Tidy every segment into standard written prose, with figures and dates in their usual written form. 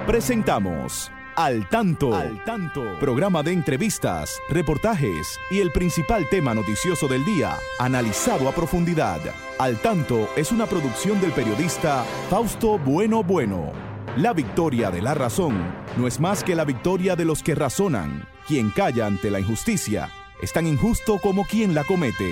Presentamos Al Tanto, programa de entrevistas, reportajes y el principal tema noticioso del día, analizado a profundidad. Al Tanto es una producción del periodista Fausto Bueno. La victoria de la razón no es más que la victoria de los que razonan. Quien calla ante la injusticia es tan injusto como quien la comete.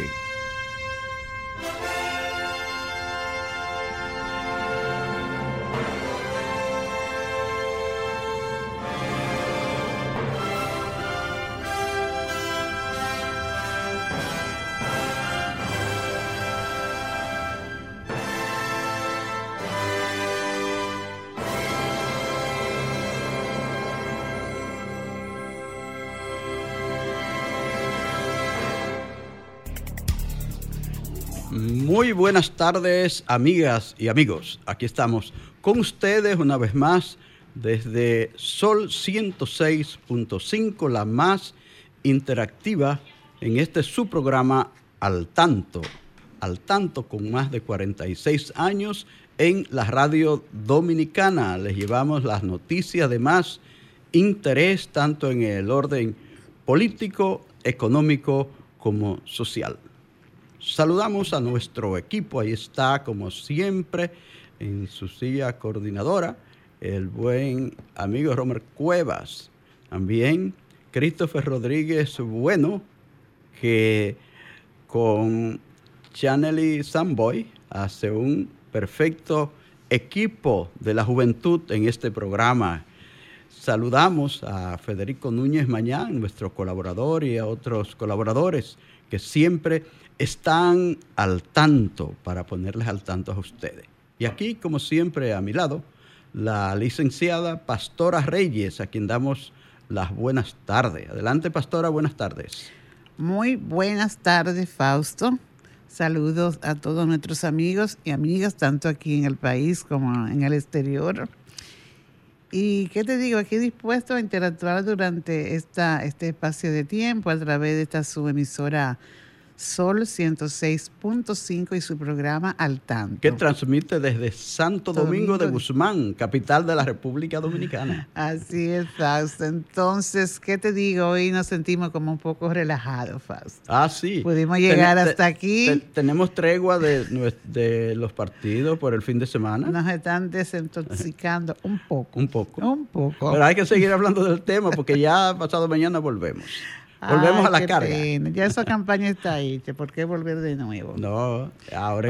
Muy buenas tardes, amigas y amigos. Aquí estamos con ustedes una vez más desde Sol 106.5, la más interactiva en este su programa Al Tanto con más de 46 años en la radio dominicana. Les llevamos las noticias de más interés tanto en el orden político, económico como social. Saludamos a nuestro equipo, ahí está como siempre en su silla coordinadora el buen amigo Romer Cuevas, también Christopher Rodríguez Bueno, que con Chanely Samboy hace un perfecto equipo de la juventud en este programa. Saludamos a Federico Núñez Mañán, nuestro colaborador, y a otros colaboradores que siempre están al tanto para ponerles al tanto a ustedes. Y aquí, como siempre, a mi lado, la licenciada Pastora Reyes, a quien damos las buenas tardes. Adelante, Pastora, buenas tardes. Muy buenas tardes, Fausto. Saludos a todos nuestros amigos y amigas, tanto aquí en el país como en el exterior. Y qué te digo, aquí dispuesto a interactuar durante este espacio de tiempo a través de esta subemisora Sol 106.5 y su programa Al Tanto, que transmite desde Santo Domingo de Guzmán, capital de la República Dominicana. Así es, Fausto. Entonces, ¿qué te digo? Hoy nos sentimos como un poco relajados, Fausto. Ah, sí. Pudimos llegar hasta aquí. Tenemos tregua de los partidos por el fin de semana. Nos están desintoxicando un poco. Pero hay que seguir hablando del tema porque ya pasado mañana volvemos. Volvemos a la carga. Pena. Ya esa campaña está hecha. ¿Por qué volver de nuevo? No, ahora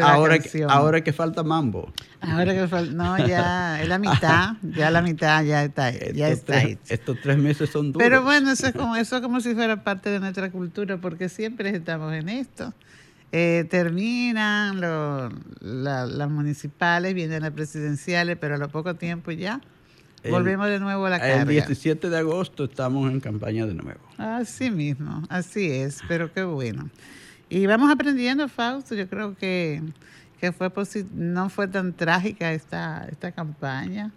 es que falta mambo. Ahora que falta, no, ya es la mitad. Ya la mitad ya está hecha. Estos 3 meses son duros. Pero bueno, eso es como si fuera parte de nuestra cultura, porque siempre estamos en esto. Terminan las municipales, vienen las presidenciales, pero a lo poco tiempo ya volvemos de nuevo a la carga. El 17 de agosto estamos en campaña de nuevo. Así mismo, así es, pero qué bueno. Y vamos aprendiendo, Fausto. Yo creo que no fue tan trágica esta campaña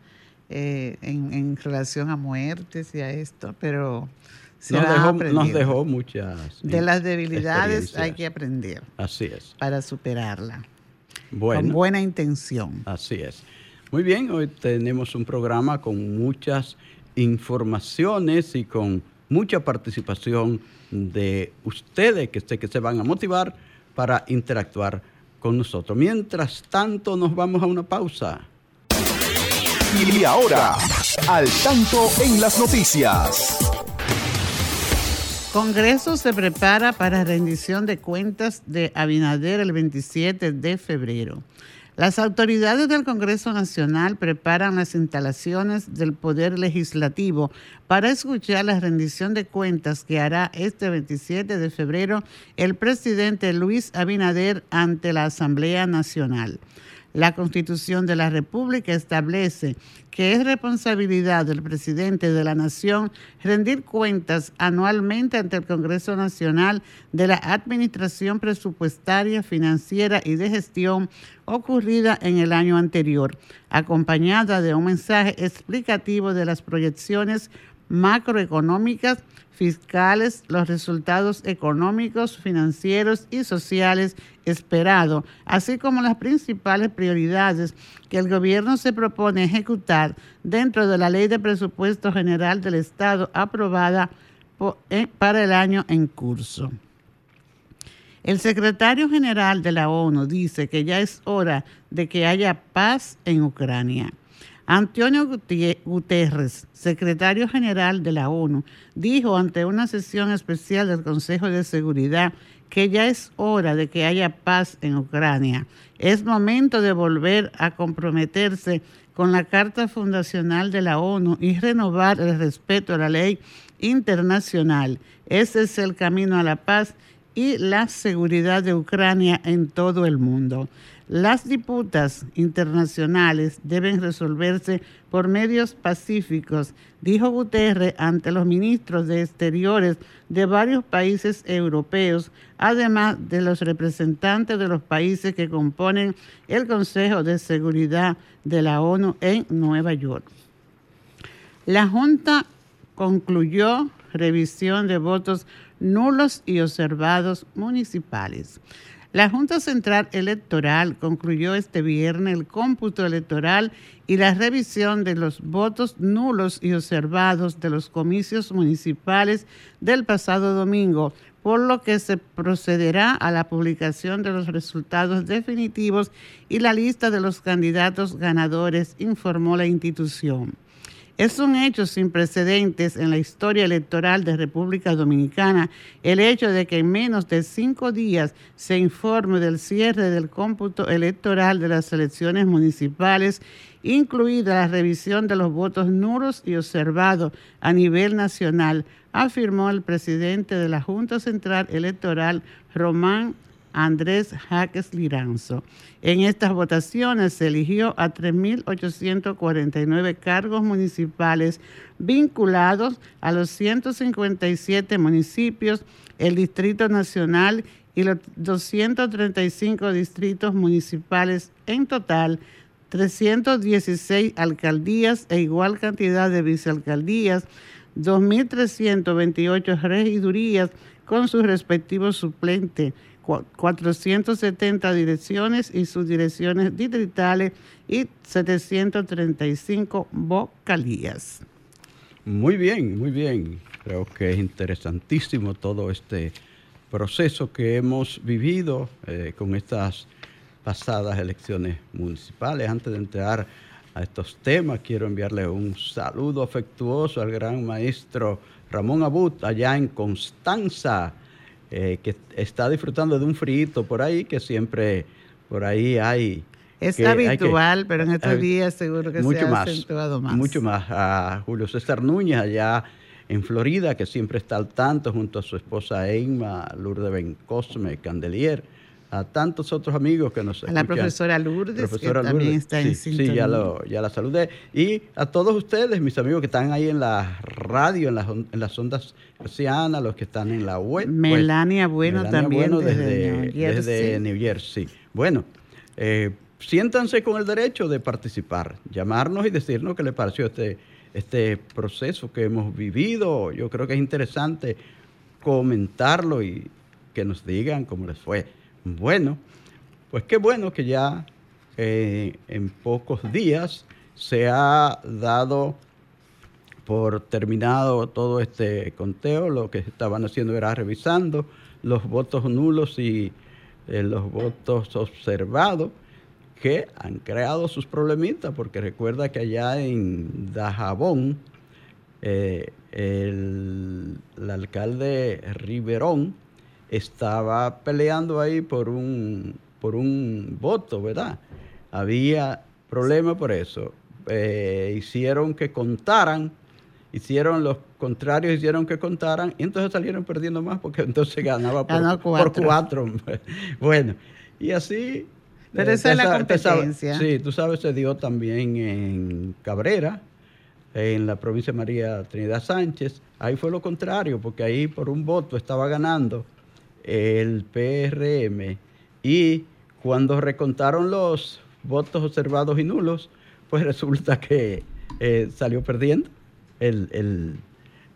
en relación a muertes y a esto, pero nos dejó muchas. De las debilidades hay que aprender. Así es. Para superarla. Bueno, con buena intención. Así es. Muy bien, hoy tenemos un programa con muchas informaciones y con mucha participación de ustedes que sé que se van a motivar para interactuar con nosotros. Mientras tanto, nos vamos a una pausa. Y ahora, Al Tanto en las noticias. Congreso se prepara para rendición de cuentas de Abinader el 27 de febrero. Las autoridades del Congreso Nacional preparan las instalaciones del Poder Legislativo para escuchar la rendición de cuentas que hará este 27 de febrero el presidente Luis Abinader ante la Asamblea Nacional. La Constitución de la República establece que es responsabilidad del presidente de la Nación rendir cuentas anualmente ante el Congreso Nacional de la administración presupuestaria, financiera y de gestión ocurrida en el año anterior, acompañada de un mensaje explicativo de las proyecciones macroeconómicas, fiscales, los resultados económicos, financieros y sociales esperados, así como las principales prioridades que el gobierno se propone ejecutar dentro de la Ley de Presupuesto General del Estado aprobada para el año en curso. El secretario general de la ONU dice que ya es hora de que haya paz en Ucrania. Antonio Guterres, secretario general de la ONU, dijo ante una sesión especial del Consejo de Seguridad que ya es hora de que haya paz en Ucrania. Es momento de volver a comprometerse con la Carta Fundacional de la ONU y renovar el respeto a la ley internacional. Ese es el camino a la paz y la seguridad de Ucrania en todo el mundo. Las disputas internacionales deben resolverse por medios pacíficos, dijo Guterres ante los ministros de Exteriores de varios países europeos, además de los representantes de los países que componen el Consejo de Seguridad de la ONU en Nueva York. La Junta concluyó revisión de votos nulos y observados municipales. La Junta Central Electoral concluyó este viernes el cómputo electoral y la revisión de los votos nulos y observados de los comicios municipales del pasado domingo, por lo que se procederá a la publicación de los resultados definitivos y la lista de los candidatos ganadores, informó la institución. Es un hecho sin precedentes en la historia electoral de República Dominicana el hecho de que en menos de 5 días se informe del cierre del cómputo electoral de las elecciones municipales, incluida la revisión de los votos nulos y observados a nivel nacional, afirmó el presidente de la Junta Central Electoral, Román Andrés Jaques Liranzo. En estas votaciones se eligió a 3.849 cargos municipales vinculados a los 157 municipios, el Distrito Nacional y los 235 distritos municipales. En total, 316 alcaldías e igual cantidad de vicealcaldías, 2.328 regidurías con sus respectivos suplentes, 470 direcciones y subdirecciones distritales y 735 vocalías. Muy bien, muy bien. Creo que es interesantísimo todo este proceso que hemos vivido con estas pasadas elecciones municipales. Antes de entrar a estos temas, quiero enviarle un saludo afectuoso al gran maestro Ramón Abut, allá en Constanza, que está disfrutando de un frío por ahí, que siempre por ahí hay. Es habitual, pero en estos días seguro que se ha acentuado más. Mucho más. A Julio César Núñez, allá en Florida, que siempre está al tanto, junto a su esposa Emma, Lourdes Bencosme, Candelier, a tantos otros amigos que nos escuchan. A la profesora Lourdes, que también está en sintonía. Sí, ya la saludé. Y a todos ustedes, mis amigos que están ahí en la radio, en las ondas hercianas, los que están en la web. Melania Bueno Melania también Bueno desde New Jersey. Bueno, siéntanse con el derecho de participar, llamarnos y decirnos qué les pareció este proceso que hemos vivido. Yo creo que es interesante comentarlo y que nos digan cómo les fue. Bueno, pues qué bueno que ya en pocos días se ha dado por terminado todo este conteo. Lo que estaban haciendo era revisando los votos nulos y los votos observados, que han creado sus problemitas, porque recuerda que allá en Dajabón, el alcalde Riverón estaba peleando ahí por un voto, ¿verdad? Había problema por eso. Hicieron que contaran, los contrarios hicieron que contaran, y entonces salieron perdiendo más, porque entonces ganaba por 4. Bueno, y así. Pero esa es la competencia. Sí, tú sabes, se dio también en Cabrera, en la provincia de María Trinidad Sánchez. Ahí fue lo contrario, porque ahí por un voto estaba ganando el PRM, y cuando recontaron los votos observados y nulos, pues resulta que salió perdiendo el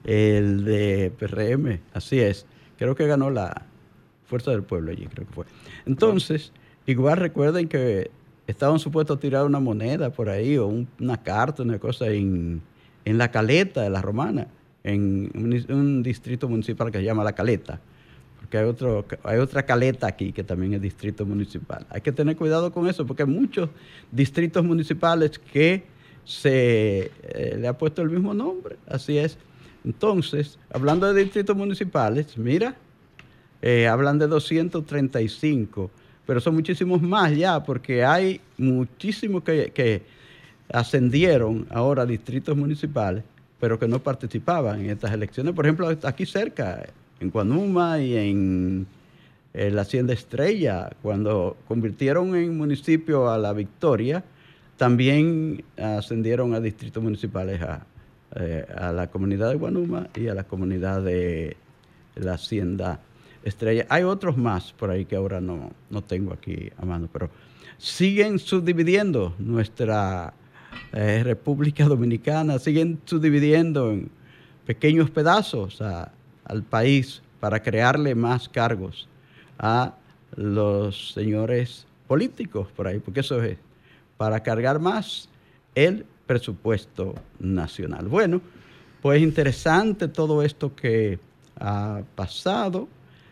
el de PRM, así es. Creo que ganó la Fuerza del Pueblo allí, creo que fue. Entonces, igual recuerden que estaban supuestos a tirar una moneda por ahí o una carta, una cosa en La Caleta de La Romana, en un distrito municipal que se llama La Caleta, porque hay otra Caleta aquí que también es distrito municipal. Hay que tener cuidado con eso porque hay muchos distritos municipales que le ha puesto el mismo nombre, así es. Entonces, hablando de distritos municipales, mira, hablan de 235, pero son muchísimos más ya, porque hay muchísimos que ascendieron ahora a distritos municipales, pero que no participaban en estas elecciones. Por ejemplo, aquí cerca, en Guanuma y en la Hacienda Estrella, cuando convirtieron en municipio a La Victoria, también ascendieron a distritos municipales a la comunidad de Guanuma y a la comunidad de la Hacienda Estrella. Hay otros más por ahí que ahora no tengo aquí a mano, pero siguen subdividiendo nuestra República Dominicana, siguen subdividiendo en pequeños pedazos al país para crearle más cargos a los señores políticos por ahí, porque eso es para cargar más el presupuesto nacional. Bueno, pues interesante todo esto que ha pasado.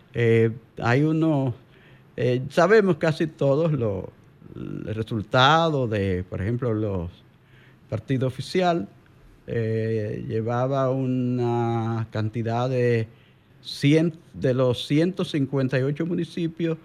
Sabemos casi todos el resultado de, por ejemplo, los partidos oficial. Llevaba una cantidad de los 158 municipios,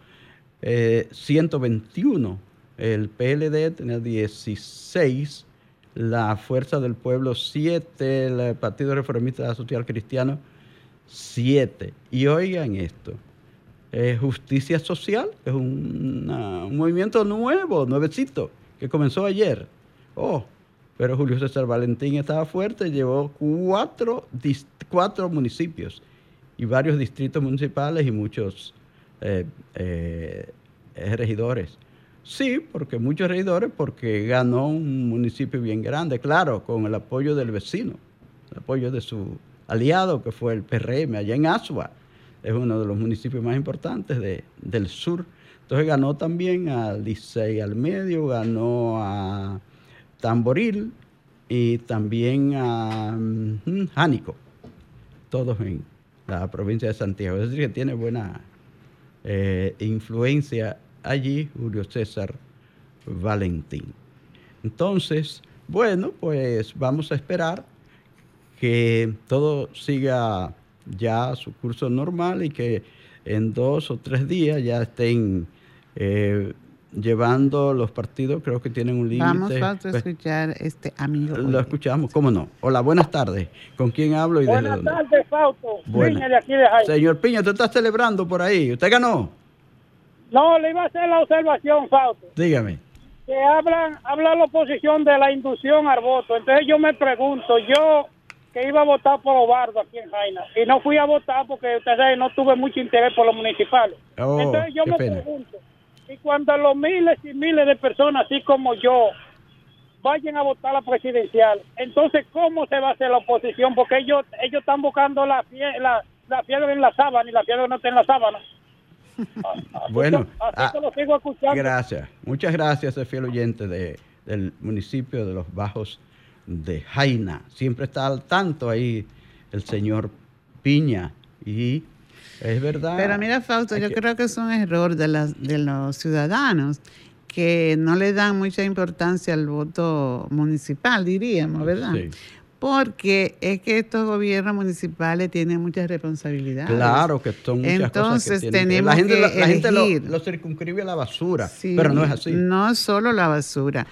121. El PLD tenía 16, la Fuerza del Pueblo 7, el Partido Reformista Social Cristiano 7. Y oigan esto, Justicia Social es un movimiento nuevecito, que comenzó ayer. Pero Julio César Valentín estaba fuerte, llevó 4 municipios y varios distritos municipales y muchos regidores. Sí, porque muchos regidores, porque ganó un municipio bien grande, claro, con el apoyo del vecino, el apoyo de su aliado, que fue el PRM, allá en Asua. Es uno de los municipios más importantes del sur. Entonces ganó también a Licey al Medio, ganó a Tamboril y también a Jánico, todos en la provincia de Santiago. Es decir, que tiene buena influencia allí Julio César Valentín. Entonces, bueno, pues vamos a esperar que todo siga ya su curso normal y que en 2 o 3 días ya estén llevando los partidos. Creo que tienen un límite. Vamos a escuchar amigo. Lo escuchamos, ¿cómo no? Hola, buenas tardes. ¿Con quién hablo y desde dónde? Buenas tardes, Fausto. Piña de aquí de Jaime. Señor Piña, ¿usted está celebrando por ahí? ¿Usted ganó? No, le iba a hacer la observación, Fausto. Dígame. Que habla la oposición de la inducción al voto. Entonces yo me pregunto, yo que iba a votar por Obardo aquí en Jaina, y no fui a votar porque usted sabe, no tuve mucho interés por los municipales. Entonces yo me pregunto, y cuando los miles y miles de personas, así como yo, vayan a votar la presidencial, entonces ¿cómo se va a hacer la oposición? Porque ellos están buscando la fiebre en la sábana y la fiebre no está en la sábana. Bueno, así que lo sigo escuchando. Gracias, muchas gracias, fiel oyente del municipio de Los Bajos de Jaina. Siempre está al tanto ahí el señor Piña y es verdad. Pero mira, Fausto, yo creo que es un error de los ciudadanos que no le dan mucha importancia al voto municipal, diríamos, ¿verdad? Sí. Porque es que estos gobiernos municipales tienen muchas responsabilidades. Claro que son muchas Entonces, cosas que tienen. Tenemos La gente lo circunscribe a la basura, sí, pero no es así. No solo la basura.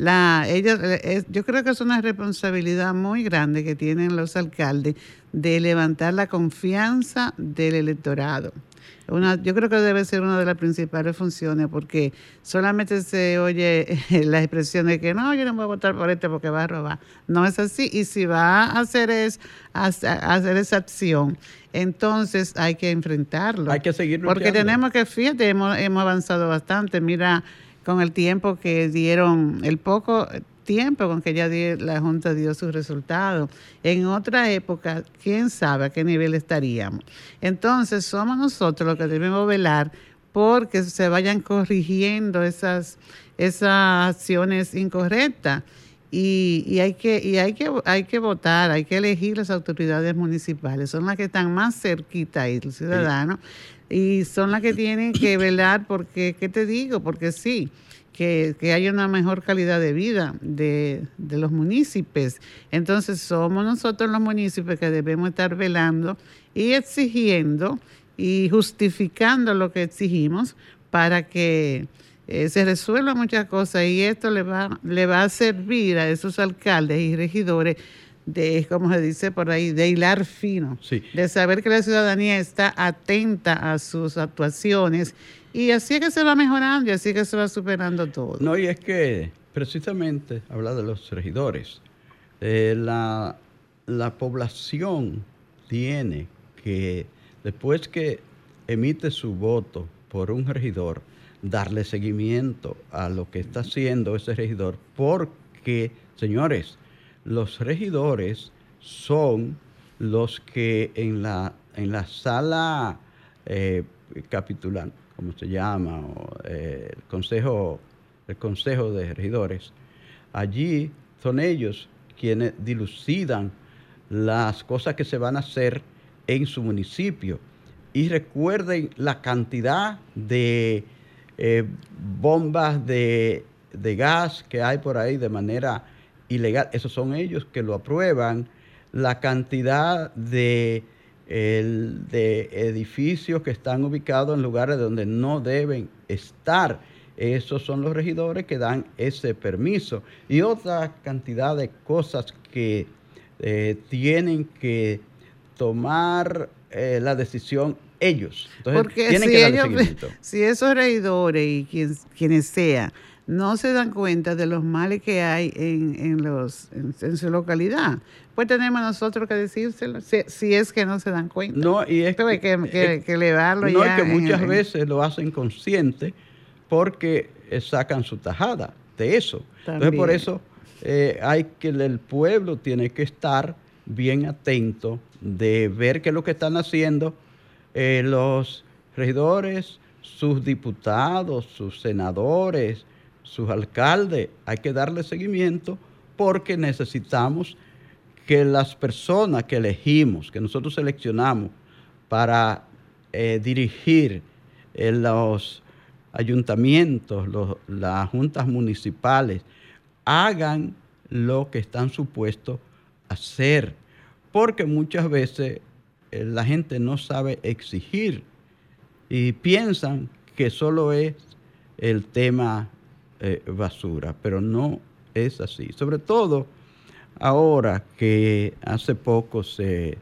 Yo creo que es una responsabilidad muy grande que tienen los alcaldes de levantar la confianza del electorado. Yo creo que debe ser una de las principales funciones, porque solamente se oye la expresión de que no, yo no voy a votar por porque va a robar. No es así. Y si va a hacer hacer esa acción, entonces hay que enfrentarlo. Hay que seguir luchando. Porque tenemos que, fíjate, hemos avanzado bastante. Mira, con el tiempo que dieron, el poco tiempo con que ya la Junta dio sus resultados. En otra época, quién sabe a qué nivel estaríamos. Entonces, somos nosotros los que debemos velar porque se vayan corrigiendo esas acciones incorrectas. Y hay que votar, hay que elegir las autoridades municipales. Son las que están más cerquita ahí, los ciudadanos, y son las que tienen que velar porque, ¿qué te digo? Porque sí, que haya una mejor calidad de vida de los municipios. Entonces somos nosotros los municipios que debemos estar velando y exigiendo y justificando lo que exigimos para que se resuelvan muchas cosas, y esto le va a servir a esos alcaldes y regidores de, como se dice por ahí, de hilar fino, sí, de saber que la ciudadanía está atenta a sus actuaciones, y así es que se va mejorando y así es que se va superando todo. No, y es que precisamente habla de los regidores. La población tiene que, después que emite su voto por un regidor, darle seguimiento a lo que está haciendo ese regidor, porque, señores, los regidores son los que en la sala capitular, como se llama, el consejo de regidores, allí son ellos quienes dilucidan las cosas que se van a hacer en su municipio. Y recuerden la cantidad de bombas de gas que hay por ahí de manera ilegal. Esos son ellos que lo aprueban. La cantidad de edificios que están ubicados en lugares donde no deben estar. Esos son los regidores que dan ese permiso. Y otra cantidad de cosas que tienen que tomar la decisión ellos. Entonces, porque tienen que darle seguimiento. Si esos regidores y quienes sean no se dan cuenta de los males que hay en su localidad, pues tenemos nosotros que decírselo, si es que no se dan cuenta. No, y es hay que elevarlo no, ya. No, es que muchas veces lo hacen consciente porque sacan su tajada de eso. También. Entonces, por eso el pueblo tiene que estar bien atento de ver qué es lo que están haciendo los regidores, sus diputados, sus senadores, sus alcaldes. Hay que darle seguimiento porque necesitamos que las personas que elegimos, que nosotros seleccionamos para dirigir los ayuntamientos, las juntas municipales, hagan lo que están supuestos a hacer. Porque muchas veces la gente no sabe exigir y piensan que solo es el tema basura, pero no es así. Sobre todo ahora que hace poco se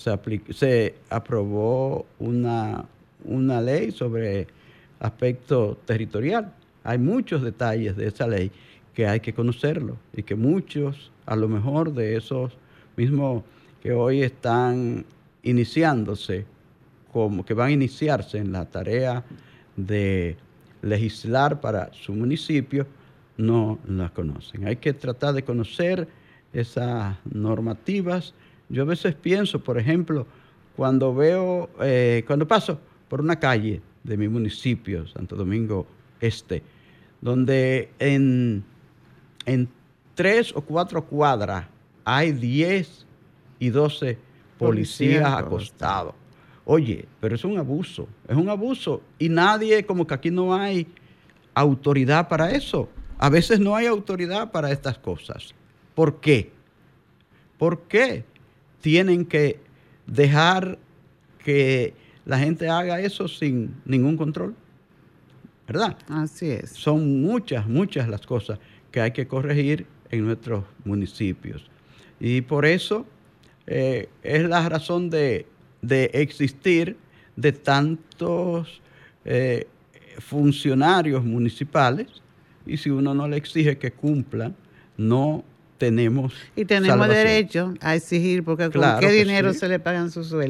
aprobó una ley sobre aspecto territorial. Hay muchos detalles de esa ley que hay que conocerlo y que muchos, a lo mejor de esos mismos que hoy están iniciándose, como que van a iniciarse en la tarea de legislar para su municipio, no las conocen. Hay que tratar de conocer esas normativas. Yo a veces pienso, por ejemplo, cuando paso por una calle de mi municipio, Santo Domingo Este, donde en 3 o 4 cuadras hay 10 y 12 policías acostados. Oye, pero es un abuso y nadie, como que aquí no hay autoridad para eso. A veces no hay autoridad para estas cosas. ¿Por qué? ¿Por qué tienen que dejar que la gente haga eso sin ningún control? ¿Verdad? Así es. Son muchas las cosas que hay que corregir en nuestros municipios. Y por eso es la razón de existir de tantos funcionarios municipales, y si uno no le exige que cumplan, no tenemos y tenemos salvación. Derecho a exigir, porque claro, ¿con qué dinero se le pagan su sueldo?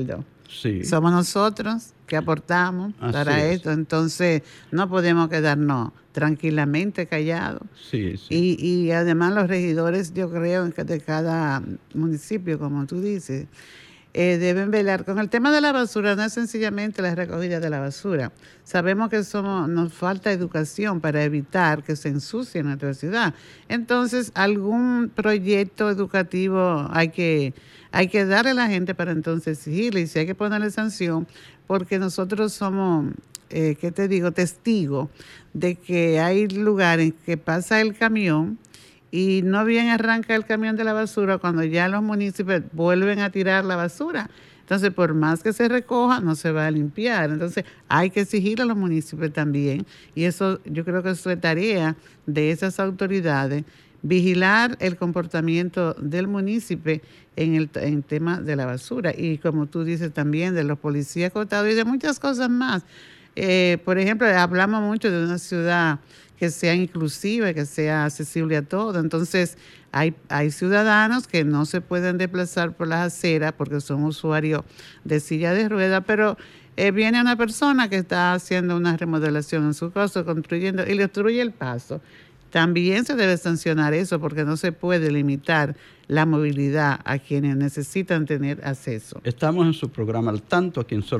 Sí. Somos nosotros que aportamos para esto, entonces no podemos quedarnos tranquilamente callados. Sí, sí. Y además los regidores, yo creo, de cada municipio, como tú dices, deben velar. Con el tema de la basura, no es sencillamente la recogida de la basura. Sabemos que nos falta educación para evitar que se ensucie nuestra ciudad. Entonces, algún proyecto educativo hay que darle a la gente para entonces exigirle, y si hay que ponerle sanción, porque nosotros somos, ¿qué te digo?, testigos de que hay lugares que pasa el camión y no bien arranca el camión de la basura cuando ya los municipios vuelven a tirar la basura. Entonces, por más que se recoja, no se va a limpiar. Entonces, hay que exigir a los municipios también, y eso yo creo que es tarea de esas autoridades, vigilar el comportamiento del municipio en tema de la basura, y como tú dices también de los policías cotados y de muchas cosas más. Por ejemplo, hablamos mucho de una ciudad que sea inclusiva, que sea accesible a todo. Entonces, hay ciudadanos que no se pueden desplazar por las aceras porque son usuarios de silla de ruedas, pero viene una persona que está haciendo una remodelación en su casa, construyendo, y le obstruye el paso. También se debe sancionar eso, porque no se puede limitar la movilidad a quienes necesitan tener acceso. Estamos en su programa Al Tanto, aquí en Sol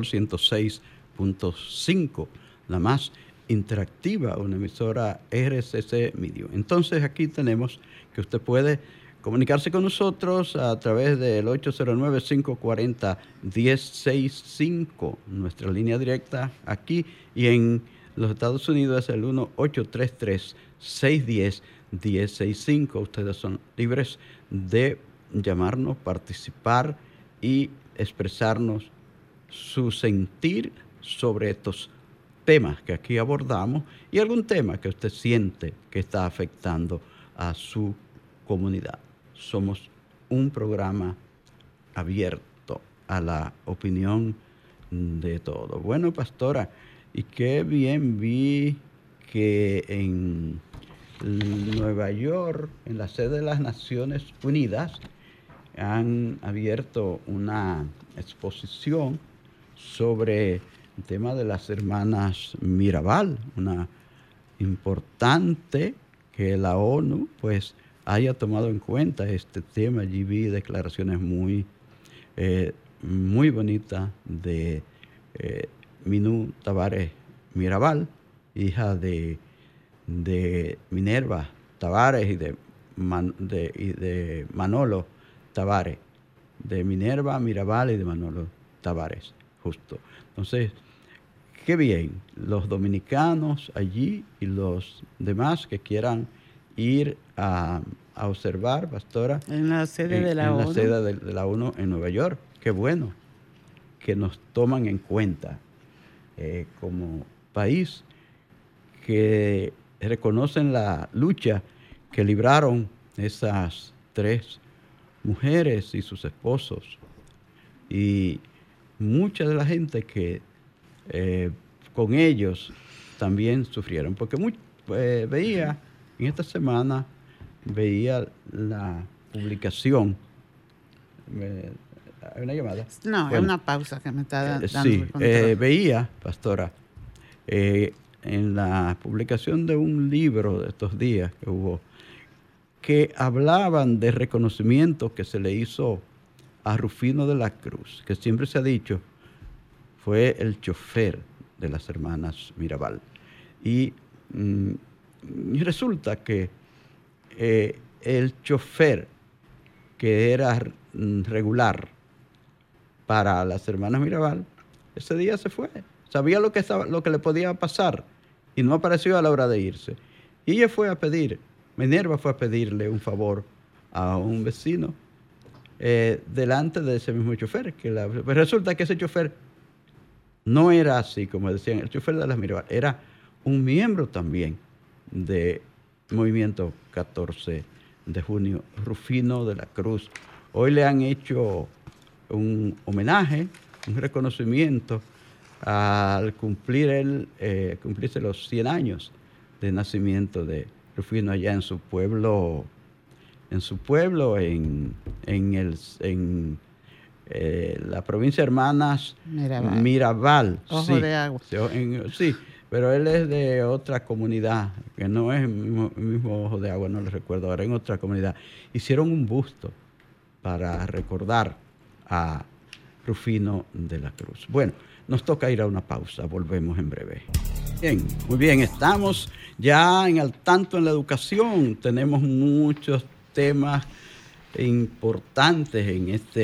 106.5, la más interactiva, una emisora RCC Media. Entonces, aquí tenemos que usted puede comunicarse con nosotros a través del 809-540-1065, nuestra línea directa aquí, y en los Estados Unidos es el 1-833-610-1065. Ustedes son libres de llamarnos, participar y expresarnos su sentir sobre estos temas que aquí abordamos y algún tema que usted siente que está afectando a su comunidad. Somos un programa abierto a la opinión de todos. Bueno, pastora, y qué bien vi que en Nueva York, en la sede de las Naciones Unidas, han abierto una exposición sobre el tema de las hermanas Mirabal, una importante que la ONU pues haya tomado en cuenta este tema. Allí vi declaraciones muy bonitas de Minú Tavares Mirabal, hija de Minerva Tavares y de Manolo Tavares, de Minerva Mirabal y de Manolo Tavares, justo. Entonces, qué bien, los dominicanos allí y los demás que quieran ir a observar, pastora, en la sede de la ONU. En la sede de la ONU en Nueva York. Qué bueno que nos toman en cuenta como país, que reconocen la lucha que libraron esas 3 mujeres y sus esposos, y mucha de la gente que con ellos también sufrieron, porque veía en esta semana la publicación. ¿Hay una llamada? No, bueno, es una pausa que me está dando. Sí, veía, pastora, en la publicación de un libro de estos días que hubo, que hablaban de reconocimiento que se le hizo a Rufino de la Cruz, que siempre se ha dicho fue el chofer de las hermanas Mirabal. Y resulta que el chofer, que era regular para las hermanas Mirabal, ese día se fue. Sabía lo que le podía pasar y no apareció a la hora de irse. Y ella Minerva fue a pedirle un favor a un vecino delante de ese mismo chofer. Pero resulta que ese chofer no era así, como decían, el chofer de las Mirabal, era un miembro también del Movimiento 14 de Junio, Rufino de la Cruz. Hoy le han hecho un homenaje, un reconocimiento al cumplirse los 100 años de nacimiento de Rufino allá en su pueblo, en la provincia Hermanas Mirabal. Ojo de Agua. Sí, pero él es de otra comunidad, que no es el mismo Ojo de Agua, no le recuerdo ahora, en otra comunidad. Hicieron un busto para recordar a Rufino de la Cruz. Bueno, nos toca ir a una pausa, volvemos en breve. Bien, muy bien, estamos ya en Al Tanto en la educación. Tenemos muchos temas importantes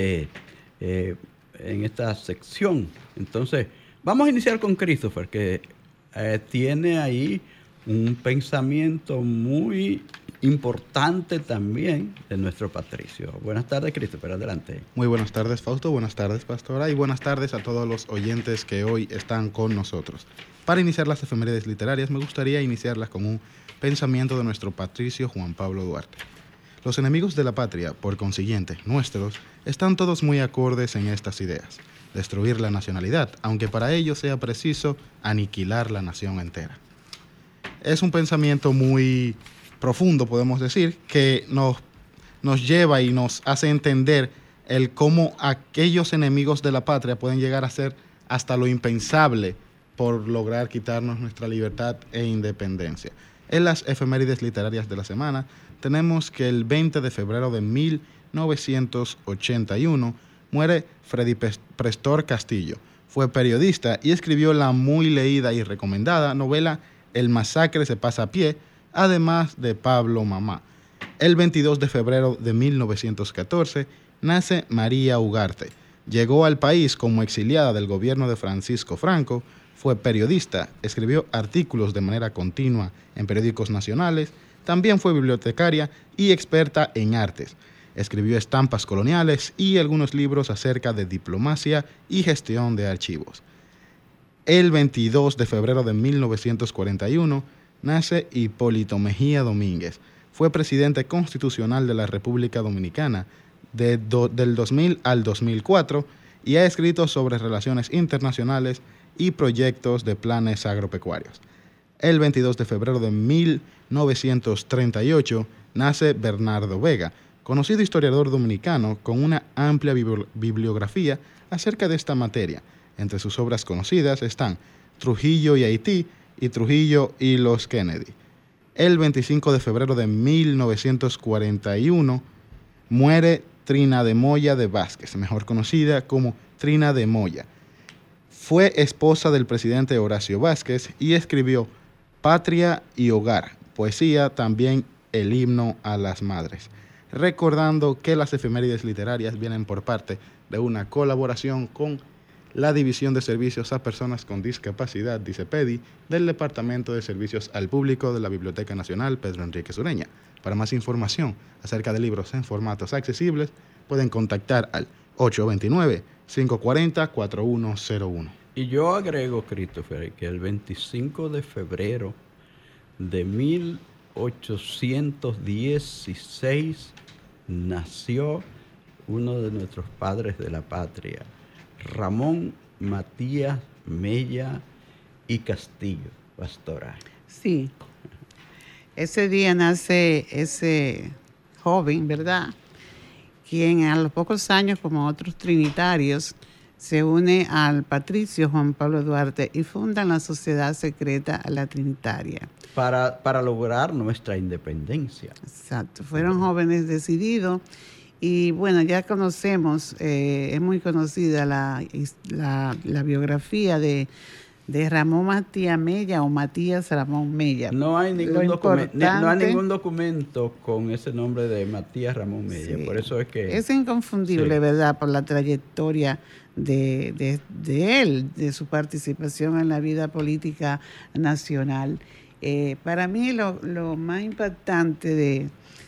en esta sección. Entonces, vamos a iniciar con Christopher, que tiene ahí un pensamiento muy importante también de nuestro Patricio. Buenas tardes, Christopher, adelante. Muy buenas tardes, Fausto, buenas tardes, Pastora, y buenas tardes a todos los oyentes que hoy están con nosotros. Para iniciar las efemérides literarias, me gustaría iniciarlas con un pensamiento de nuestro Patricio Juan Pablo Duarte. Los enemigos de la patria, por consiguiente, nuestros, están todos muy acordes en estas ideas. Destruir la nacionalidad, aunque para ello sea preciso aniquilar la nación entera. Es un pensamiento muy profundo, podemos decir, que nos lleva y nos hace entender el cómo aquellos enemigos de la patria pueden llegar a hacer hasta lo impensable por lograr quitarnos nuestra libertad e independencia. En las efemérides literarias de la semana, tenemos que el 20 de febrero de 1981 muere Freddy Prestor Castillo. Fue periodista y escribió la muy leída y recomendada novela El masacre se pasa a pie, además de Pablo Mamá. El 22 de febrero de 1914 nace María Ugarte. Llegó al país como exiliada del gobierno de Francisco Franco, fue periodista, escribió artículos de manera continua en periódicos nacionales, también fue bibliotecaria y experta en artes. Escribió estampas coloniales y algunos libros acerca de diplomacia y gestión de archivos. El 22 de febrero de 1941 nace Hipólito Mejía Domínguez. Fue presidente constitucional de la República Dominicana del 2000 al 2004 y ha escrito sobre relaciones internacionales y proyectos de planes agropecuarios. El 22 de febrero de 1938 nace Bernardo Vega, conocido historiador dominicano con una amplia bibliografía acerca de esta materia. Entre sus obras conocidas están Trujillo y Haití y Trujillo y los Kennedy. El 25 de febrero de 1941 muere Trina de Moya de Vázquez, mejor conocida como Trina de Moya. Fue esposa del presidente Horacio Vázquez y escribió Patria y Hogar, poesía, también el himno a las madres. Recordando que las efemérides literarias vienen por parte de una colaboración con la División de Servicios a Personas con Discapacidad, DICEPEDI, del Departamento de Servicios al Público de la Biblioteca Nacional Pedro Enrique Sureña. Para más información acerca de libros en formatos accesibles, pueden contactar al 829-540-4101. Y yo agrego, Christopher, que el 25 de febrero de 1816 nació uno de nuestros padres de la patria, Ramón Matías Mella y Castillo, Pastora. Sí, ese día nace ese joven, ¿verdad?, quien a los pocos años, como otros trinitarios, se une al Patricio Juan Pablo Duarte y fundan la Sociedad Secreta a la Trinitaria. Para lograr nuestra independencia. Exacto, fueron jóvenes decididos y bueno, ya conocemos, es muy conocida la biografía de Ramón Matías Mella o Matías Ramón Mella. No hay ningún documento con ese nombre de Matías Ramón Mella, sí, por eso es que... Es inconfundible, sí, ¿verdad?, por la trayectoria de él, de su participación en la vida política nacional. Para mí lo más impactante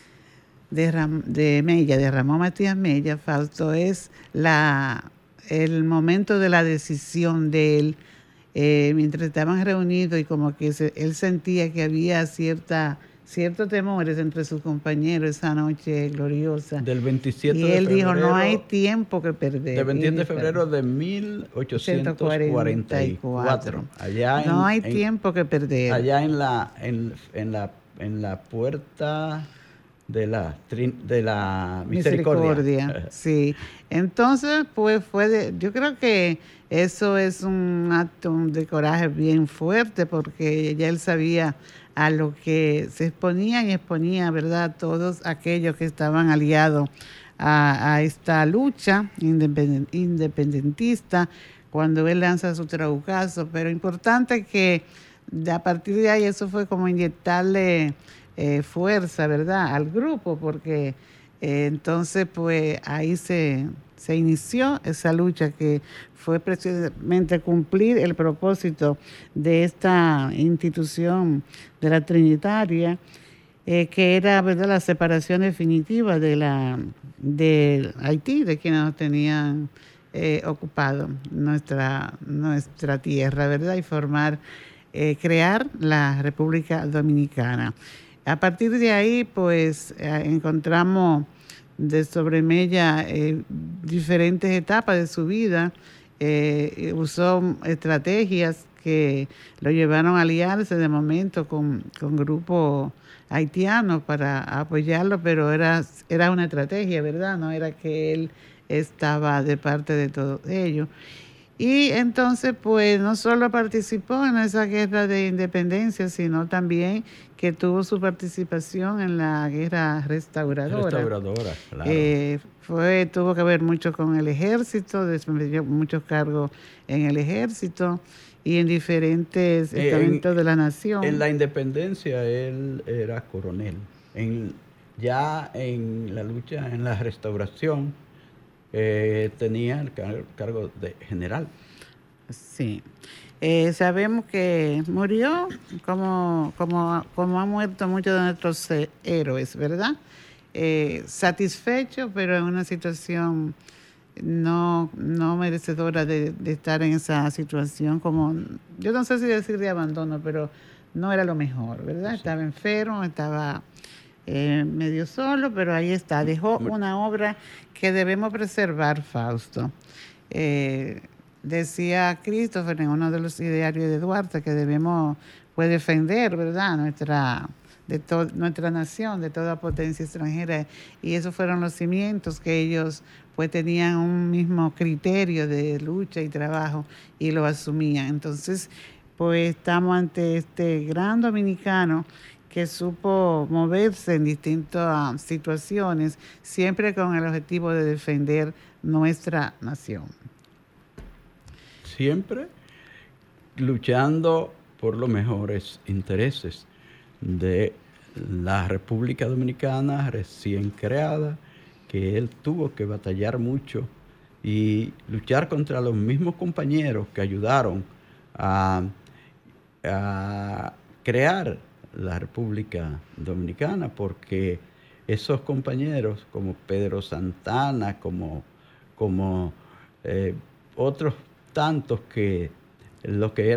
de Mella, de Ramón Matías Mella, Fausto, es el momento de la decisión de él, mientras estaban reunidos y como que él sentía que había ciertos temores entre sus compañeros esa noche gloriosa. Del 27 y de febrero. Y él dijo, no hay tiempo que perder. Del 27 de febrero de 1844. No hay tiempo que perder. Allá en la puerta de la misericordia. Sí. Entonces, pues yo creo que eso es un acto de coraje bien fuerte, porque ya él sabía a lo que se exponían y exponía, ¿verdad?, todos aquellos que estaban aliados a esta lucha independentista, cuando él lanza su traucazo. Pero importante que a partir de ahí eso fue como inyectarle fuerza, ¿verdad?, al grupo, porque entonces pues ahí se inició esa lucha, que fue precisamente cumplir el propósito de esta institución de la Trinitaria, que era, ¿verdad?, la separación definitiva de Haití, de quienes nos tenían ocupado nuestra tierra, ¿verdad?, y crear la República Dominicana. A partir de ahí, pues, encontramos de Sobremella diferentes etapas de su vida. Usó estrategias que lo llevaron a aliarse de momento con grupos haitianos para apoyarlo, pero era una estrategia, ¿verdad? No era que él estaba de parte de todo ello. Y entonces, pues, no solo participó en esa guerra de independencia, sino también que tuvo su participación en la guerra restauradora. Claro. Tuvo que ver mucho con el ejército, desempeñó muchos cargos en el ejército y en diferentes estamentos de la nación. En la independencia él era coronel. Ya en la lucha, en la restauración, tenía el cargo de general. Sí. Sabemos que murió como han muerto muchos de nuestros héroes, ¿verdad? Satisfecho, pero en una situación no merecedora de estar en esa situación, como, yo no sé si decir de abandono, pero no era lo mejor, ¿verdad? Sí. Estaba enfermo, estaba medio solo, pero ahí está. Dejó una obra que debemos preservar, Fausto. Decía Christopher en uno de los idearios de Duarte que debemos pues defender, ¿verdad?, nuestra nación de toda potencia extranjera, y esos fueron los cimientos que ellos pues tenían un mismo criterio de lucha y trabajo y lo asumían. Entonces, pues estamos ante este gran dominicano que supo moverse en distintas situaciones, siempre con el objetivo de defender nuestra nación. Siempre luchando por los mejores intereses de la República Dominicana recién creada, que él tuvo que batallar mucho y luchar contra los mismos compañeros que ayudaron a crear la República Dominicana, porque esos compañeros como Pedro Santana, como otros tantos que lo que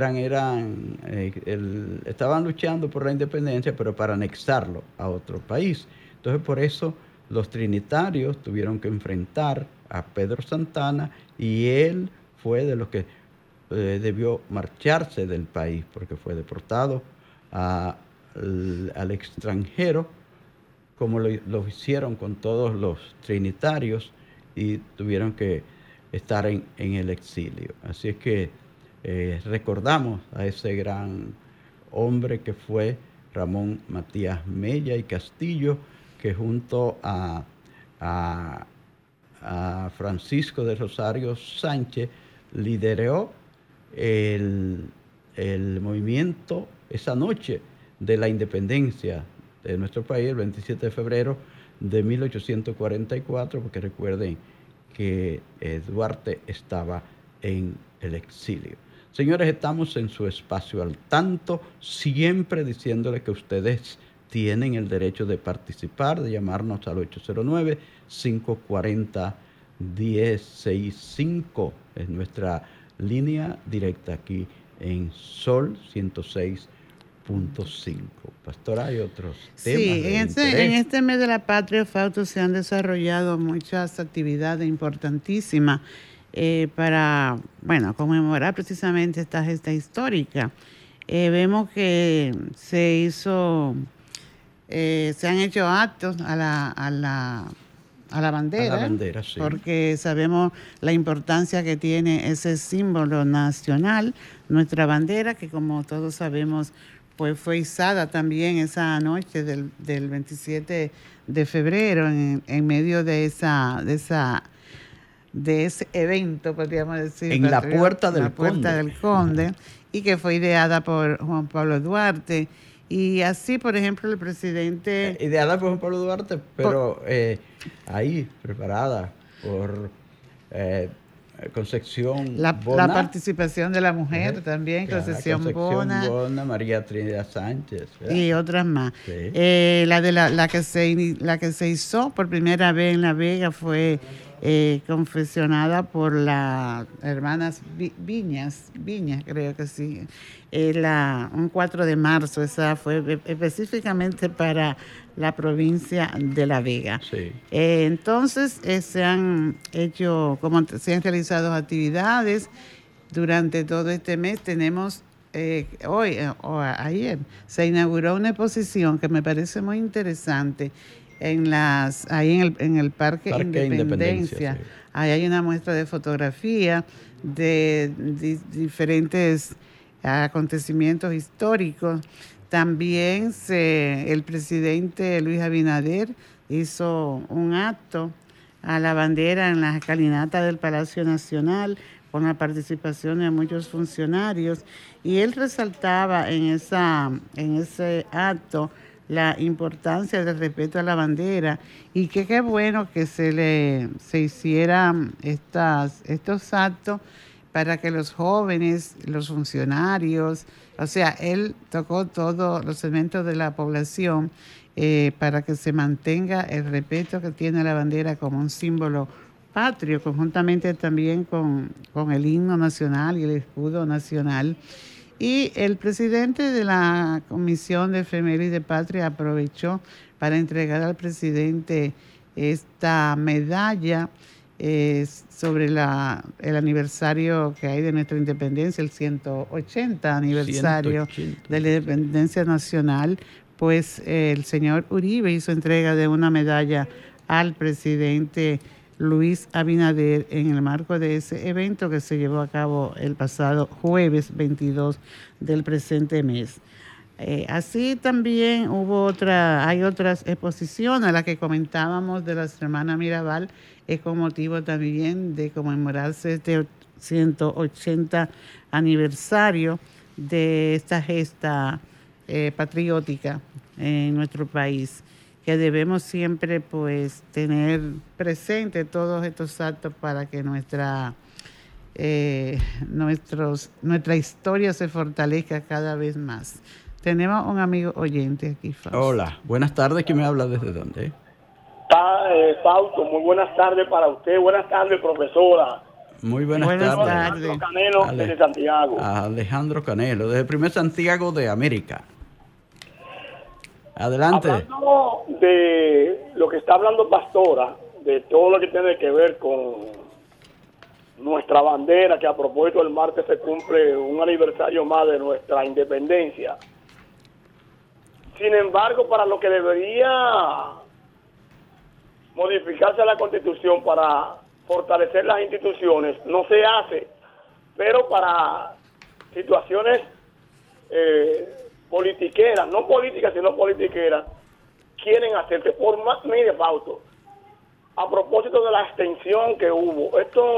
estaban luchando por la independencia, pero para anexarlo a otro país. Entonces, por eso los trinitarios tuvieron que enfrentar a Pedro Santana, y él fue de los que debió marcharse del país, porque fue deportado al extranjero, como lo hicieron con todos los trinitarios, y tuvieron que estar en el exilio. Así es que recordamos a ese gran hombre que fue Ramón Matías Mella y Castillo, que junto a Francisco de Rosario Sánchez lideró el movimiento esa noche de la independencia de nuestro país, el 27 de febrero de 1844, porque recuerden que Duarte estaba en el exilio. Señores, estamos en su espacio Al Tanto, siempre diciéndoles que ustedes tienen el derecho de participar, de llamarnos al 809-540-1065. Es nuestra línea directa aquí en Sol 106.5. Pastora, hay otros temas. Sí, en este mes de la patria, Fausto, se han desarrollado muchas actividades importantísimas para, conmemorar precisamente esta gesta histórica. Vemos que se hizo se han hecho actos a la bandera, sí. Porque sabemos la importancia que tiene ese símbolo nacional, nuestra bandera, que como todos sabemos, pues fue izada también esa noche del 27 de febrero en medio de ese evento, podríamos decir. En la Puerta del Conde, y que fue ideada por Juan Pablo Duarte. Y así, por ejemplo, el presidente... Ideada por Juan Pablo Duarte, pero ahí, preparada por Concepción Bona. La participación de la mujer también, claro, Concepción Bona, María Trinidad Sánchez, ¿verdad? Y otras más. Sí. La que se hizo por primera vez en La Vega fue confeccionada por las hermanas Viñas, creo que sí. Un 4 de marzo, esa fue específicamente para la provincia de La Vega. Sí. Entonces se han realizado actividades durante todo este mes. Tenemos ayer se inauguró una exposición que me parece muy interesante ahí en el Parque Independencia. Sí. Ahí hay una muestra de fotografía de diferentes acontecimientos históricos. También el presidente Luis Abinader hizo un acto a la bandera en la escalinata del Palacio Nacional con la participación de muchos funcionarios, y él resaltaba en ese acto la importancia del respeto a la bandera, y que qué bueno que se hicieran estos actos para que los jóvenes, los funcionarios, o sea, él tocó todos los segmentos de la población para que se mantenga el respeto que tiene la bandera como un símbolo patrio, conjuntamente también con el himno nacional y el escudo nacional. Y el presidente de la Comisión de Efemérides Patria aprovechó para entregar al presidente esta medalla sobre el aniversario que hay de nuestra independencia, el 180 aniversario 180. de la independencia nacional. Pues el señor Uribe hizo entrega de una medalla al presidente Luis Abinader en el marco de ese evento que se llevó a cabo el pasado jueves 22 del presente mes. Así también hay otras exposiciones, las que comentábamos de la Semana Mirabal, es con motivo también de conmemorarse este 180 aniversario de esta gesta patriótica en nuestro país, que debemos siempre pues tener presente todos estos actos para que nuestra historia se fortalezca cada vez más. Tenemos un amigo oyente aquí, Fausto. Hola, buenas tardes. ¿Quién me habla desde dónde? Fausto, muy buenas tardes para usted. Buenas tardes, profesora. Muy buenas tardes. Alejandro Canelo, desde Santiago. Alejandro Canelo, desde el primer Santiago de América. Adelante. Hablando de lo que está hablando Pastora, de todo lo que tiene que ver con nuestra bandera, que a propósito el martes se cumple un aniversario más de nuestra independencia. Sin embargo, para lo que debería modificarse la Constitución para fortalecer las instituciones, no se hace, pero para situaciones politiqueras, no políticas, sino politiqueras, quieren hacerse. Por más, mire, Fausto, a propósito de la abstención que hubo,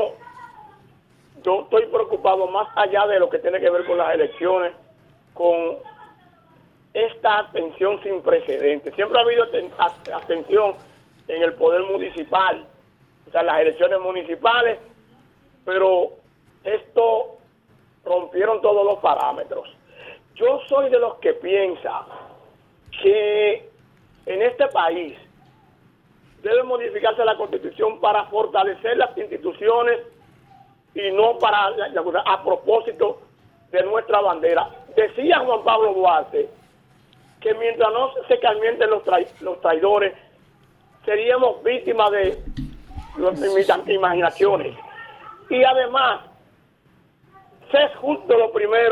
yo estoy preocupado más allá de lo que tiene que ver con las elecciones, con esta abstención sin precedentes. Siempre ha habido abstención en el poder municipal, o sea, las elecciones municipales, pero esto rompieron todos los parámetros. Yo soy de los que piensa que en este país debe modificarse la Constitución para fortalecer las instituciones y no a propósito de nuestra bandera. Decía Juan Pablo Duarte que mientras no se calmienten los traidores, seríamos víctimas de nuestras imaginaciones. Y además, es justo lo primero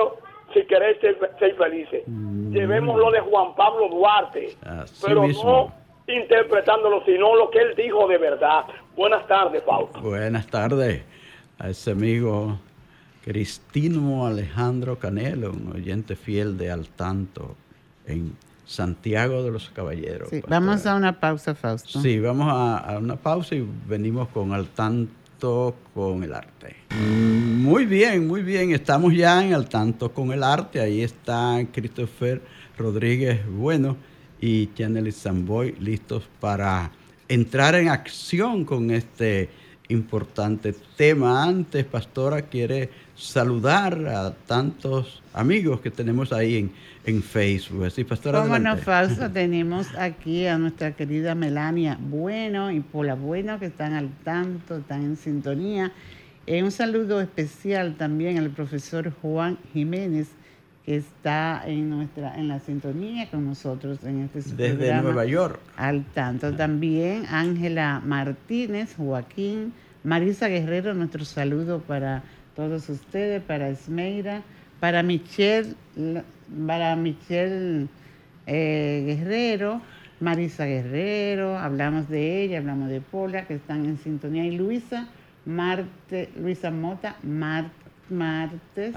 si queréis ser felices. Llevémoslo de Juan Pablo Duarte, Así pero mismo. no interpretándolo, sino lo que él dijo de verdad. Buenas tardes, Fausto. Buenas tardes a ese amigo Cristino Alejandro Canelo, un oyente fiel de Al Tanto en Santiago de los Caballeros. Sí, vamos a una pausa, Fausto. Sí, vamos a una pausa y venimos con Al Tanto con el Arte. Muy bien. Estamos ya en Al Tanto con el Arte. Ahí está Christopher Rodríguez Bueno y Chanely Samboy listos para entrar en acción con este importante tema. Antes, Pastora quiere saludar a tantos amigos que tenemos ahí en Facebook. Así, Pastora, Cómo no, adelante. Fausto, tenemos aquí a nuestra querida Melania Bueno y Pola Bueno, que están al tanto, están en sintonía. Un saludo especial también al profesor Juan Jiménez, que está en la sintonía con nosotros en este Desde programa. Nueva York. Al tanto también Ángela Martínez, Joaquín, Marisa Guerrero, nuestro saludo para todos ustedes, para Esmeira, para Michelle Guerrero, Marisa Guerrero, hablamos de ella, hablamos de Pola, que están en sintonía, y Luisa Mota Márquez,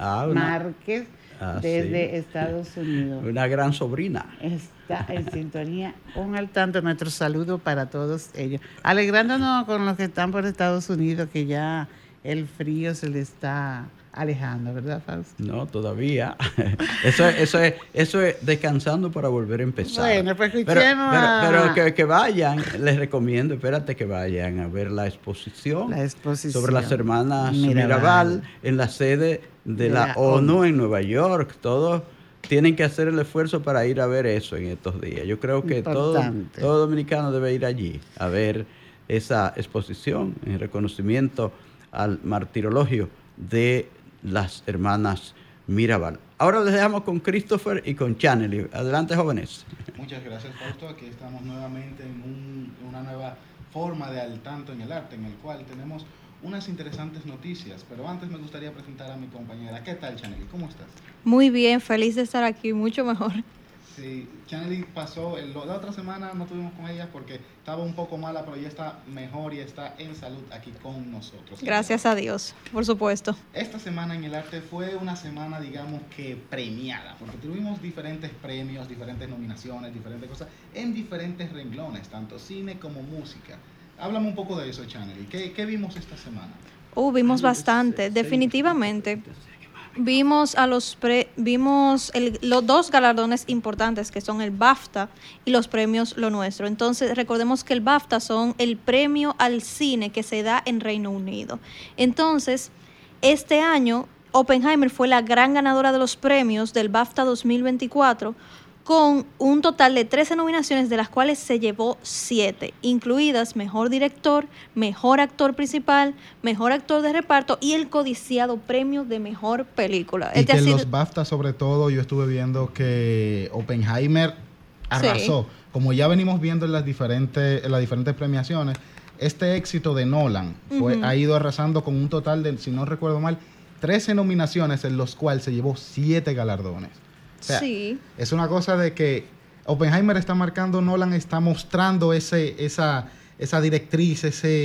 desde Estados Unidos. Una gran sobrina. Está en sintonía, un al tanto, nuestro saludo para todos ellos. Alegrándonos con los que están por Estados Unidos, que ya el frío se le está alejando, ¿verdad, Fausto? No, todavía. Eso es descansando para volver a empezar. Bueno, pues escuchemos pero que vayan, les recomiendo, espérate, que vayan a ver la exposición sobre las hermanas Mirabal en la sede de la ONU en Nueva York. Todos tienen que hacer el esfuerzo para ir a ver eso en estos días. Yo creo que todo dominicano debe ir allí a ver esa exposición en reconocimiento al martirologio de las hermanas Mirabal. Ahora les dejamos con Christopher y con Chanely. Adelante, jóvenes. Muchas gracias, Fausto. Aquí estamos nuevamente en una nueva forma de Al Tanto en el Arte, en el cual tenemos unas interesantes noticias. Pero antes me gustaría presentar a mi compañera. ¿Qué tal, Chanely? ¿Cómo estás? Muy bien, feliz de estar aquí, mucho mejor. Sí, Chanely pasó, la otra semana no estuvimos con ella porque estaba un poco mala, pero ya está mejor y está en salud aquí con nosotros. Gracias a Dios, por supuesto. Esta semana en el arte fue una semana, digamos que premiada, porque tuvimos diferentes premios, diferentes nominaciones, diferentes cosas, en diferentes renglones, tanto cine como música. Háblame un poco de eso, Chanely. ¿Qué vimos esta semana? Vimos bastante, definitivamente. Vimos los dos galardones importantes, que son el BAFTA y los premios Lo Nuestro. Entonces, recordemos que el BAFTA son el premio al cine que se da en Reino Unido. Entonces, este año, Oppenheimer fue la gran ganadora de los premios del BAFTA 2024, con un total de 13 nominaciones, de las cuales se llevó 7, incluidas Mejor Director, Mejor Actor Principal, Mejor Actor de Reparto y el codiciado premio de Mejor Película. Y que en los BAFTA, sobre todo, yo estuve viendo que Oppenheimer arrasó. Sí. Como ya venimos viendo en las diferentes premiaciones, este éxito de Nolan ha ido arrasando con un total de, si no recuerdo mal, 13 nominaciones, en los cuales se llevó 7 galardones. O sea, sí. Es una cosa de que Oppenheimer está marcando, Nolan está mostrando esa directriz,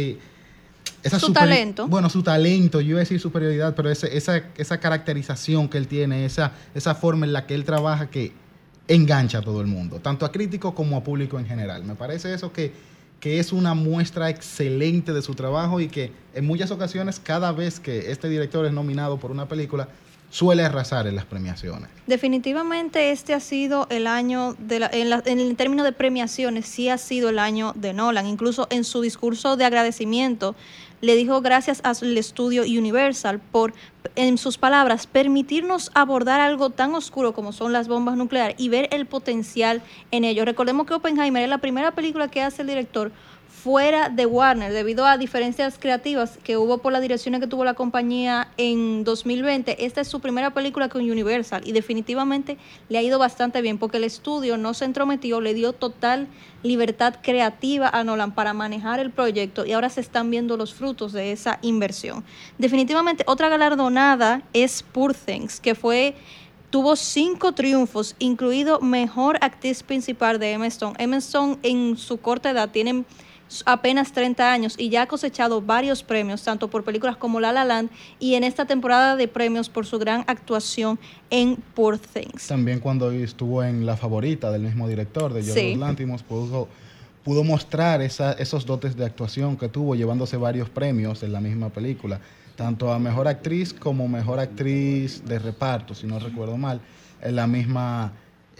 su talento. Bueno, su talento, yo iba a decir superioridad, pero esa caracterización que él tiene, esa forma en la que él trabaja, que engancha a todo el mundo, tanto a críticos como a público en general. Me parece eso que es una muestra excelente de su trabajo, y que en muchas ocasiones, cada vez que este director es nominado por una película, suele arrasar en las premiaciones. Definitivamente este ha sido el año, en el término de premiaciones, sí ha sido el año de Nolan. Incluso en su discurso de agradecimiento le dijo gracias al estudio Universal por, en sus palabras, permitirnos abordar algo tan oscuro como son las bombas nucleares y ver el potencial en ello. Recordemos que Oppenheimer es la primera película que hace el director fuera de Warner, debido a diferencias creativas que hubo por las direcciones que tuvo la compañía en 2020. Esta es su primera película con Universal y definitivamente le ha ido bastante bien, porque el estudio no se entrometió, le dio total libertad creativa a Nolan para manejar el proyecto, y ahora se están viendo los frutos de esa inversión. Definitivamente otra galardonada es Poor Things, que fue tuvo 5 triunfos, incluido Mejor Actriz Principal de Emma Stone. Emma Stone en su corta edad tiene apenas 30 años y ya ha cosechado varios premios, tanto por películas como La La Land y en esta temporada de premios por su gran actuación en Poor Things. También cuando estuvo en La Favorita del mismo director, de Yorgos Lanthimos, pudo mostrar esos dotes de actuación que tuvo, llevándose varios premios en la misma película, tanto a Mejor Actriz como Mejor Actriz de Reparto, si no recuerdo mal, en la misma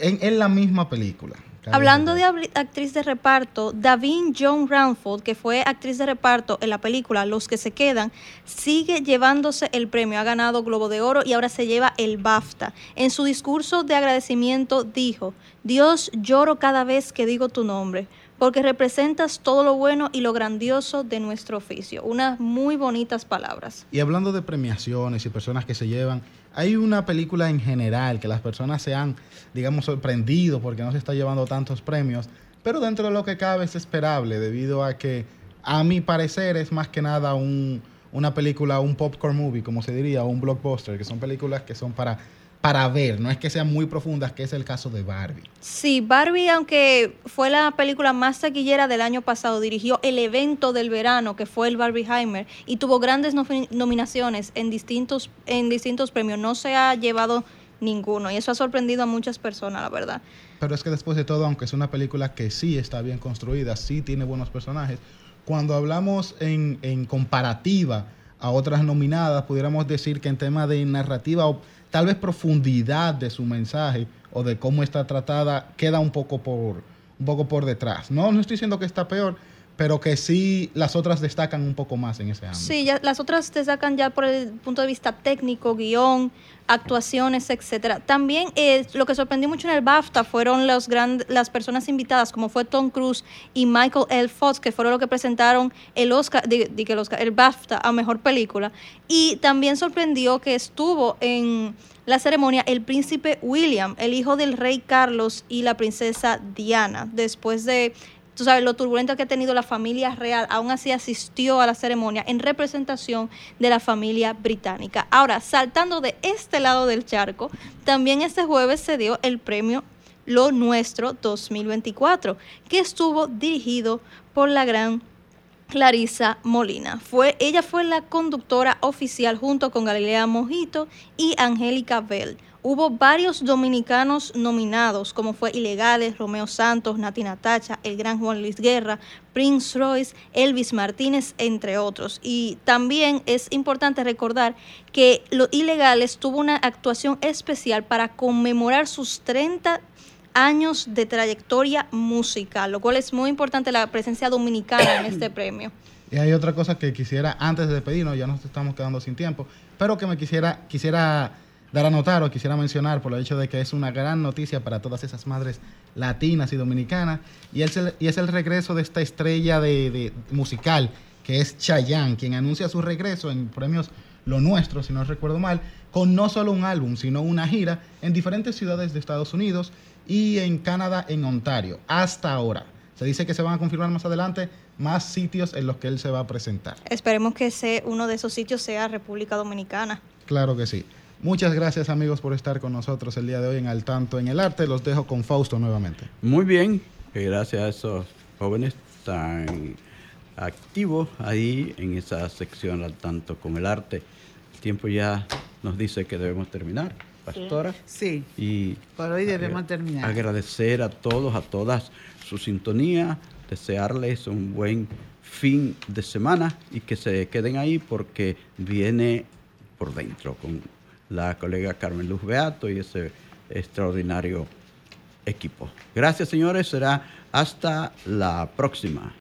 película. Hablando de actriz de reparto, Davine Joan Ranford, que fue actriz de reparto en la película Los que se quedan, sigue llevándose el premio. Ha ganado Globo de Oro y ahora se lleva el BAFTA. En su discurso de agradecimiento dijo: Dios, lloro cada vez que digo tu nombre, porque representas todo lo bueno y lo grandioso de nuestro oficio. Unas muy bonitas palabras. Y hablando de premiaciones y personas que se llevan, hay una película en general que las personas se han, digamos, sorprendido porque no se está llevando tantos premios, pero dentro de lo que cabe es esperable, debido a que, a mi parecer, es más que nada una película, un popcorn movie, como se diría, o un blockbuster, que son películas que son para ver, no es que sean muy profundas, que es el caso de Barbie. Sí, Barbie, aunque fue la película más taquillera del año pasado, dirigió el evento del verano, que fue el Barbieheimer, y tuvo grandes nominaciones en distintos premios. No se ha llevado ninguno, y eso ha sorprendido a muchas personas, la verdad. Pero es que después de todo, aunque es una película que sí está bien construida, sí tiene buenos personajes, cuando hablamos en comparativa a otras nominadas, pudiéramos decir que en tema de narrativa o tal vez profundidad de su mensaje o de cómo está tratada, queda un poco por detrás. No estoy diciendo que está peor, pero que sí las otras destacan un poco más en ese ámbito. Sí, las otras destacan ya por el punto de vista técnico, guión, actuaciones, etcétera. También lo que sorprendió mucho en el BAFTA fueron las personas invitadas, como fue Tom Cruise y Michael L. Fox, que fueron los que presentaron el BAFTA a Mejor Película. Y también sorprendió que estuvo en la ceremonia el príncipe William, el hijo del rey Carlos y la princesa Diana. Después de, tú sabes, lo turbulento que ha tenido la familia real, aún así asistió a la ceremonia en representación de la familia británica. Ahora, saltando de este lado del charco, también este jueves se dio el premio Lo Nuestro 2024, que estuvo dirigido por la gran Clarissa Molina. Ella fue la conductora oficial junto con Galilea Mojito y Angélica Bell. Hubo varios dominicanos nominados, como fue Ilegales, Romeo Santos, Nati Natacha, el gran Juan Luis Guerra, Prince Royce, Elvis Martínez, entre otros. Y también es importante recordar que Los Ilegales tuvo una actuación especial para conmemorar sus 30 años de trayectoria musical, lo cual es muy importante la presencia dominicana en este premio. Y hay otra cosa que quisiera, antes de despedirnos, ya nos estamos quedando sin tiempo, pero que me quisiera dar a notar o quisiera mencionar por el hecho de que es una gran noticia para todas esas madres latinas y dominicanas, y es el regreso de esta estrella de musical, que es Chayanne, quien anuncia su regreso en premios Lo Nuestro, si no recuerdo mal, con no solo un álbum, sino una gira en diferentes ciudades de Estados Unidos y en Canadá, en Ontario, hasta ahora. Se dice que se van a confirmar más adelante más sitios en los que él se va a presentar. Esperemos que uno de esos sitios sea República Dominicana. Claro que sí. Muchas gracias, amigos, por estar con nosotros el día de hoy en Al Tanto en el Arte. Los dejo con Fausto nuevamente. Muy bien, gracias a esos jóvenes tan activos ahí en esa sección Al Tanto con el Arte. El tiempo ya nos dice que debemos terminar, pastora. Sí, y por hoy debemos terminar. Agradecer a todos, a todas su sintonía, desearles un buen fin de semana y que se queden ahí porque viene Por Dentro con la colega Carmen Luz Beato y ese extraordinario equipo. Gracias, señores. Será hasta la próxima.